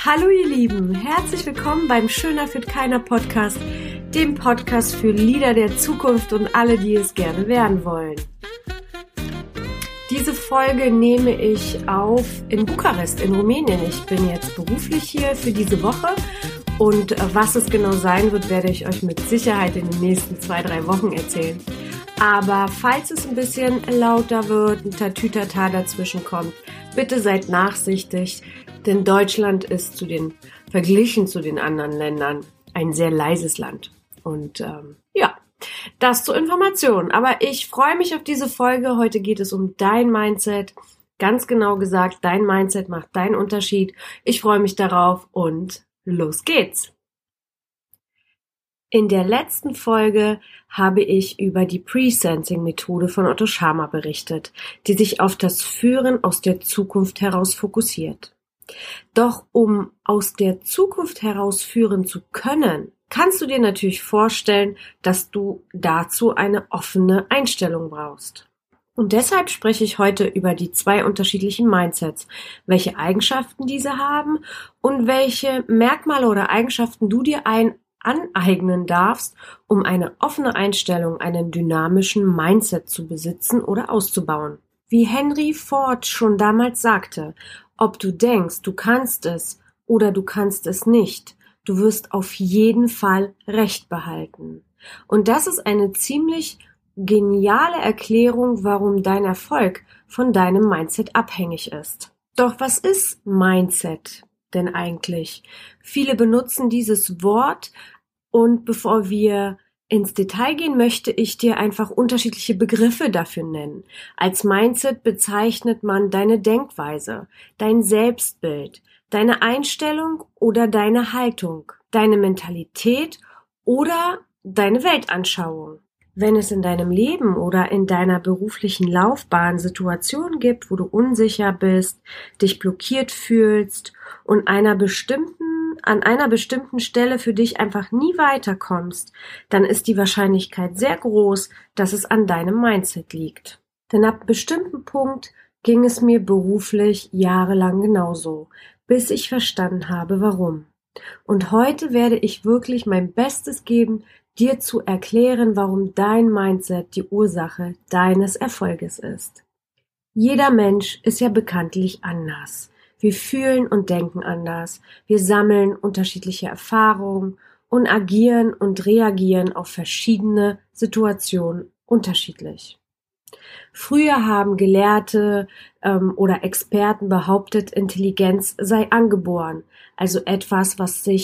Hallo ihr Lieben, herzlich willkommen beim Schöner führt keiner Podcast, dem Podcast für Leader der Zukunft und alle, die es gerne werden wollen. Diese Folge nehme ich auf in Bukarest in Rumänien. Ich bin jetzt beruflich hier für diese Woche und was es genau sein wird, werde ich euch mit Sicherheit in den nächsten 2-3 Wochen erzählen. Aber falls es ein bisschen lauter wird, ein Tatütata dazwischen kommt, bitte seid nachsichtig, denn Deutschland ist verglichen zu den anderen Ländern ein sehr leises Land. Und das zur Information. Aber ich freue mich auf diese Folge. Heute geht es um dein Mindset. Ganz genau gesagt, dein Mindset macht deinen Unterschied. Ich freue mich darauf und los geht's. In der letzten Folge habe ich über die Presensing-Methode von Otto Scharmer berichtet, die sich auf das Führen aus der Zukunft heraus fokussiert. Doch um aus der Zukunft heraus führen zu können, kannst du dir natürlich vorstellen, dass du dazu eine offene Einstellung brauchst. Und deshalb spreche ich heute über die 2 unterschiedlichen Mindsets, welche Eigenschaften diese haben und welche Merkmale oder Eigenschaften du dir aneignen darfst, um eine offene Einstellung, einen dynamischen Mindset zu besitzen oder auszubauen. Wie Henry Ford schon damals sagte, ob du denkst, du kannst es oder du kannst es nicht, du wirst auf jeden Fall Recht behalten. Und das ist eine ziemlich geniale Erklärung, warum dein Erfolg von deinem Mindset abhängig ist. Doch was ist Mindset denn eigentlich? Viele benutzen dieses Wort und bevor wir ins Detail gehen, möchte ich dir einfach unterschiedliche Begriffe dafür nennen. Als Mindset bezeichnet man deine Denkweise, dein Selbstbild, deine Einstellung oder deine Haltung, deine Mentalität oder deine Weltanschauung. Wenn es in deinem Leben oder in deiner beruflichen Laufbahn Situationen gibt, wo du unsicher bist, dich blockiert fühlst und an einer bestimmten Stelle für dich einfach nie weiterkommst, dann ist die Wahrscheinlichkeit sehr groß, dass es an deinem Mindset liegt. Denn ab einem bestimmten Punkt ging es mir beruflich jahrelang genauso, bis ich verstanden habe, warum. Und heute werde ich wirklich mein Bestes geben, dir zu erklären, warum dein Mindset die Ursache deines Erfolges ist. Jeder Mensch ist ja bekanntlich anders. Wir fühlen und denken anders. Wir sammeln unterschiedliche Erfahrungen und agieren und reagieren auf verschiedene Situationen unterschiedlich. Früher haben Gelehrte oder Experten behauptet, Intelligenz sei angeboren, also etwas,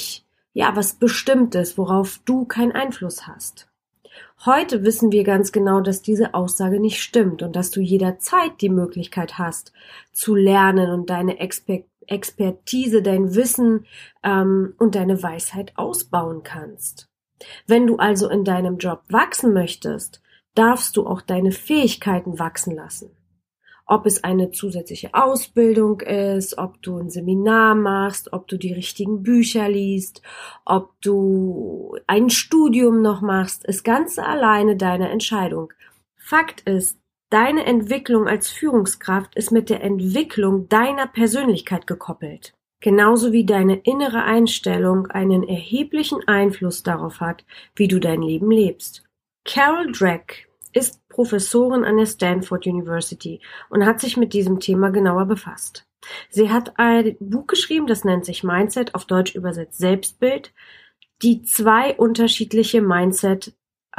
was bestimmt ist, worauf du keinen Einfluss hast. Heute wissen wir ganz genau, dass diese Aussage nicht stimmt und dass du jederzeit die Möglichkeit hast, zu lernen und deine Expertise, dein Wissen und deine Weisheit ausbauen kannst. Wenn du also in deinem Job wachsen möchtest, darfst du auch deine Fähigkeiten wachsen lassen. Ob es eine zusätzliche Ausbildung ist, ob du ein Seminar machst, ob du die richtigen Bücher liest, ob du ein Studium noch machst, ist ganz alleine deine Entscheidung. Fakt ist, deine Entwicklung als Führungskraft ist mit der Entwicklung deiner Persönlichkeit gekoppelt. Genauso wie deine innere Einstellung einen erheblichen Einfluss darauf hat, wie du dein Leben lebst. Carol Dweck ist Professorin an der Stanford University und hat sich mit diesem Thema genauer befasst. Sie hat ein Buch geschrieben, das nennt sich Mindset, auf Deutsch übersetzt Selbstbild, die 2 unterschiedliche Mindsets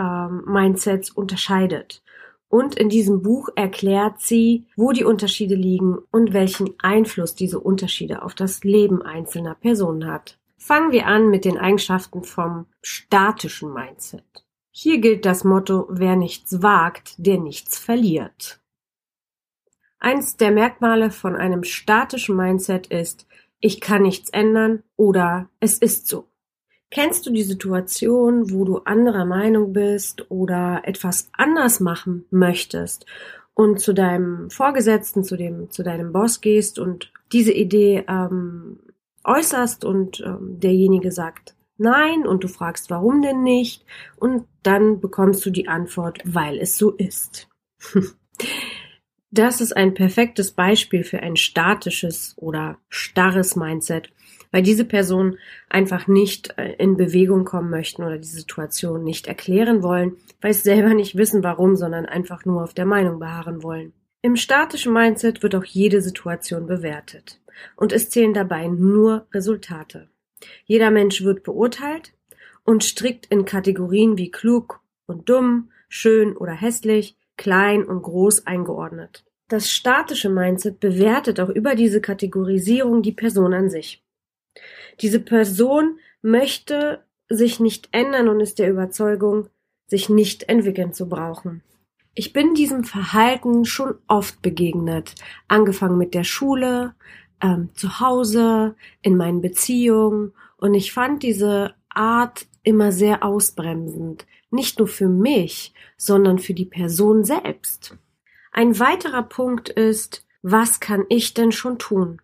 unterscheidet. Und in diesem Buch erklärt sie, wo die Unterschiede liegen und welchen Einfluss diese Unterschiede auf das Leben einzelner Personen hat. Fangen wir an mit den Eigenschaften vom statischen Mindset. Hier gilt das Motto, wer nichts wagt, der nichts verliert. Eins der Merkmale von einem statischen Mindset ist, ich kann nichts ändern oder es ist so. Kennst du die Situation, wo du anderer Meinung bist oder etwas anders machen möchtest und zu deinem Vorgesetzten, zu deinem Boss gehst und diese Idee äußerst und derjenige sagt Nein und du fragst, warum denn nicht? Und dann bekommst du die Antwort, weil es so ist. Das ist ein perfektes Beispiel für ein statisches oder starres Mindset, weil diese Personen einfach nicht in Bewegung kommen möchten oder die Situation nicht erklären wollen, weil sie selber nicht wissen, warum, sondern einfach nur auf der Meinung beharren wollen. Im statischen Mindset wird auch jede Situation bewertet und es zählen dabei nur Resultate. Jeder Mensch wird beurteilt und strikt in Kategorien wie klug und dumm, schön oder hässlich, klein und groß eingeordnet. Das statische Mindset bewertet auch über diese Kategorisierung die Person an sich. Diese Person möchte sich nicht ändern und ist der Überzeugung, sich nicht entwickeln zu brauchen. Ich bin diesem Verhalten schon oft begegnet, angefangen mit der Schule, zu Hause, in meinen Beziehungen, und ich fand diese Art immer sehr ausbremsend, nicht nur für mich, sondern für die Person selbst. Ein weiterer Punkt ist, was kann ich denn schon tun?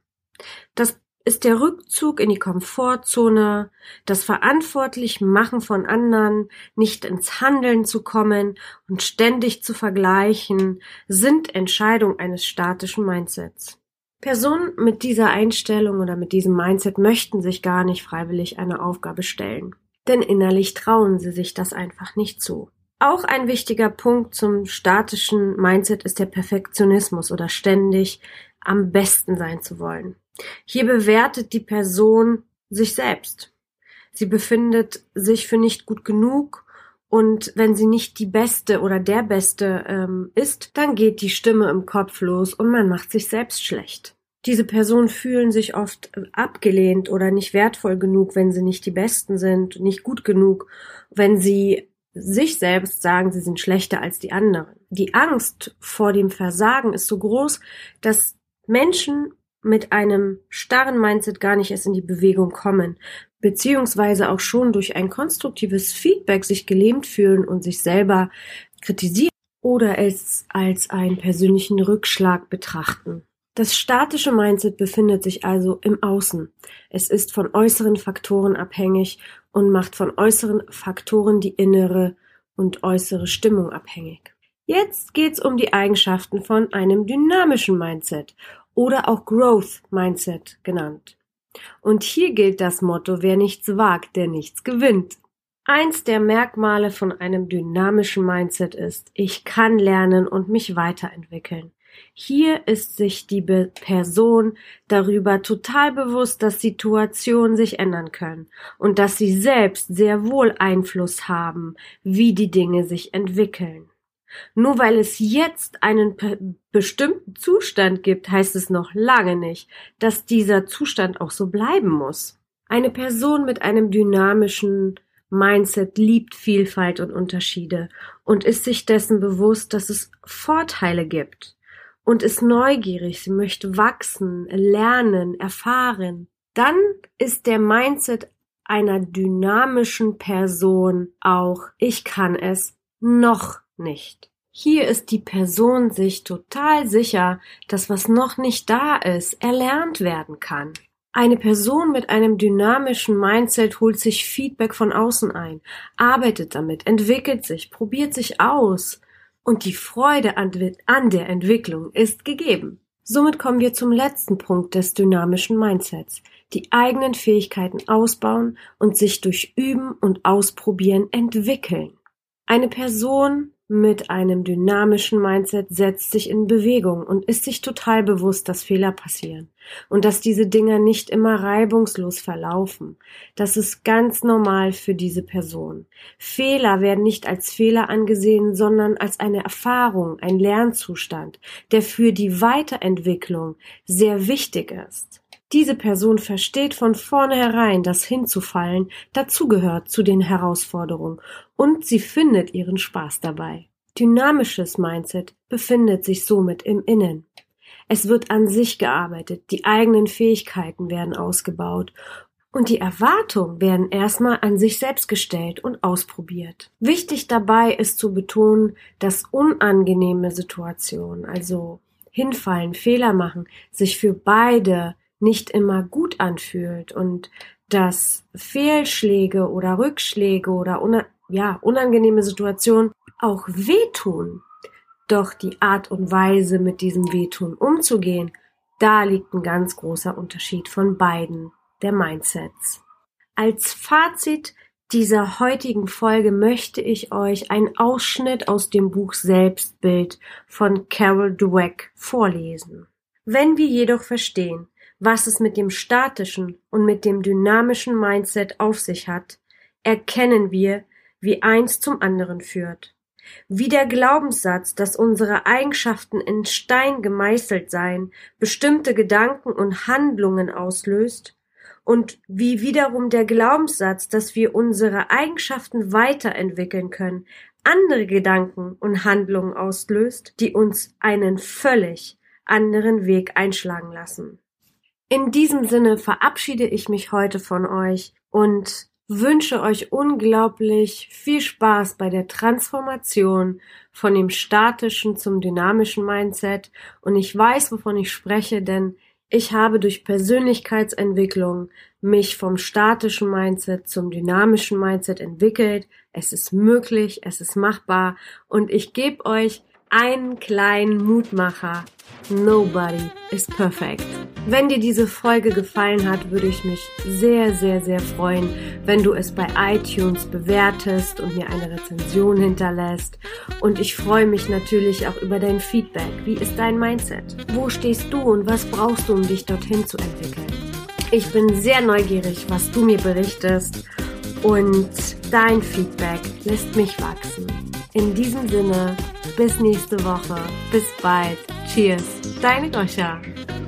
Das ist der Rückzug in die Komfortzone, das Verantwortlichmachen von anderen, nicht ins Handeln zu kommen und ständig zu vergleichen, sind Entscheidungen eines statischen Mindsets. Personen mit dieser Einstellung oder mit diesem Mindset möchten sich gar nicht freiwillig eine Aufgabe stellen, denn innerlich trauen sie sich das einfach nicht zu. Auch ein wichtiger Punkt zum statischen Mindset ist der Perfektionismus oder ständig am besten sein zu wollen. Hier bewertet die Person sich selbst. Sie befindet sich für nicht gut genug und wenn sie nicht die Beste oder der Beste ist, dann geht die Stimme im Kopf los und man macht sich selbst schlecht. Diese Personen fühlen sich oft abgelehnt oder nicht wertvoll genug, wenn sie nicht die Besten sind, nicht gut genug, wenn sie sich selbst sagen, sie sind schlechter als die anderen. Die Angst vor dem Versagen ist so groß, dass Menschen mit einem starren Mindset gar nicht erst in die Bewegung kommen, beziehungsweise auch schon durch ein konstruktives Feedback sich gelähmt fühlen und sich selber kritisieren oder es als einen persönlichen Rückschlag betrachten. Das statische Mindset befindet sich also im Außen. Es ist von äußeren Faktoren abhängig und macht von äußeren Faktoren die innere und äußere Stimmung abhängig. Jetzt geht's um die Eigenschaften von einem dynamischen Mindset oder auch Growth Mindset genannt. Und hier gilt das Motto, wer nichts wagt, der nichts gewinnt. Eins der Merkmale von einem dynamischen Mindset ist, ich kann lernen und mich weiterentwickeln. Hier ist sich die Person darüber total bewusst, dass Situationen sich ändern können und dass sie selbst sehr wohl Einfluss haben, wie die Dinge sich entwickeln. Nur weil es jetzt einen bestimmten Zustand gibt, heißt es noch lange nicht, dass dieser Zustand auch so bleiben muss. Eine Person mit einem dynamischen Mindset liebt Vielfalt und Unterschiede und ist sich dessen bewusst, dass es Vorteile gibt. Und ist neugierig, sie möchte wachsen, lernen, erfahren. Dann ist der Mindset einer dynamischen Person auch, ich kann es noch nicht. Hier ist die Person sich total sicher, dass was noch nicht da ist, erlernt werden kann. Eine Person mit einem dynamischen Mindset holt sich Feedback von außen ein, arbeitet damit, entwickelt sich, probiert sich aus. Und die Freude an der Entwicklung ist gegeben. Somit kommen wir zum letzten Punkt des dynamischen Mindsets. Die eigenen Fähigkeiten ausbauen und sich durch Üben und Ausprobieren entwickeln. Eine Person mit einem dynamischen Mindset setzt sich in Bewegung und ist sich total bewusst, dass Fehler passieren und dass diese Dinger nicht immer reibungslos verlaufen. Das ist ganz normal für diese Person. Fehler werden nicht als Fehler angesehen, sondern als eine Erfahrung, ein Lernzustand, der für die Weiterentwicklung sehr wichtig ist. Diese Person versteht von vornherein, dass hinzufallen dazugehört zu den Herausforderungen und sie findet ihren Spaß dabei. Dynamisches Mindset befindet sich somit im Innen. Es wird an sich gearbeitet, die eigenen Fähigkeiten werden ausgebaut und die Erwartungen werden erstmal an sich selbst gestellt und ausprobiert. Wichtig dabei ist zu betonen, dass unangenehme Situationen, also hinfallen, Fehler machen, sich für beide nicht immer gut anfühlt und dass Fehlschläge oder Rückschläge oder unangenehme Situationen auch wehtun. Doch die Art und Weise, mit diesem Wehtun umzugehen, da liegt ein ganz großer Unterschied von beiden der Mindsets. Als Fazit dieser heutigen Folge möchte ich euch einen Ausschnitt aus dem Buch Selbstbild von Carol Dweck vorlesen. Wenn wir jedoch verstehen, was es mit dem statischen und mit dem dynamischen Mindset auf sich hat, erkennen wir, wie eins zum anderen führt. Wie der Glaubenssatz, dass unsere Eigenschaften in Stein gemeißelt seien, bestimmte Gedanken und Handlungen auslöst, und wie wiederum der Glaubenssatz, dass wir unsere Eigenschaften weiterentwickeln können, andere Gedanken und Handlungen auslöst, die uns einen völlig anderen Weg einschlagen lassen. In diesem Sinne verabschiede ich mich heute von euch und wünsche euch unglaublich viel Spaß bei der Transformation von dem statischen zum dynamischen Mindset. Und ich weiß, wovon ich spreche, denn ich habe durch Persönlichkeitsentwicklung mich vom statischen Mindset zum dynamischen Mindset entwickelt. Es ist möglich, es ist machbar und ich gebe euch einen kleinen Mutmacher. Nobody is perfect. Wenn dir diese Folge gefallen hat, würde ich mich sehr, sehr, sehr freuen, wenn du es bei iTunes bewertest und mir eine Rezension hinterlässt. Und ich freue mich natürlich auch über dein Feedback. Wie ist dein Mindset? Wo stehst du und was brauchst du, um dich dorthin zu entwickeln? Ich bin sehr neugierig, was du mir berichtest und dein Feedback lässt mich wachsen. In diesem Sinne, bis nächste Woche. Bis bald. Cheers. Deine Goscha.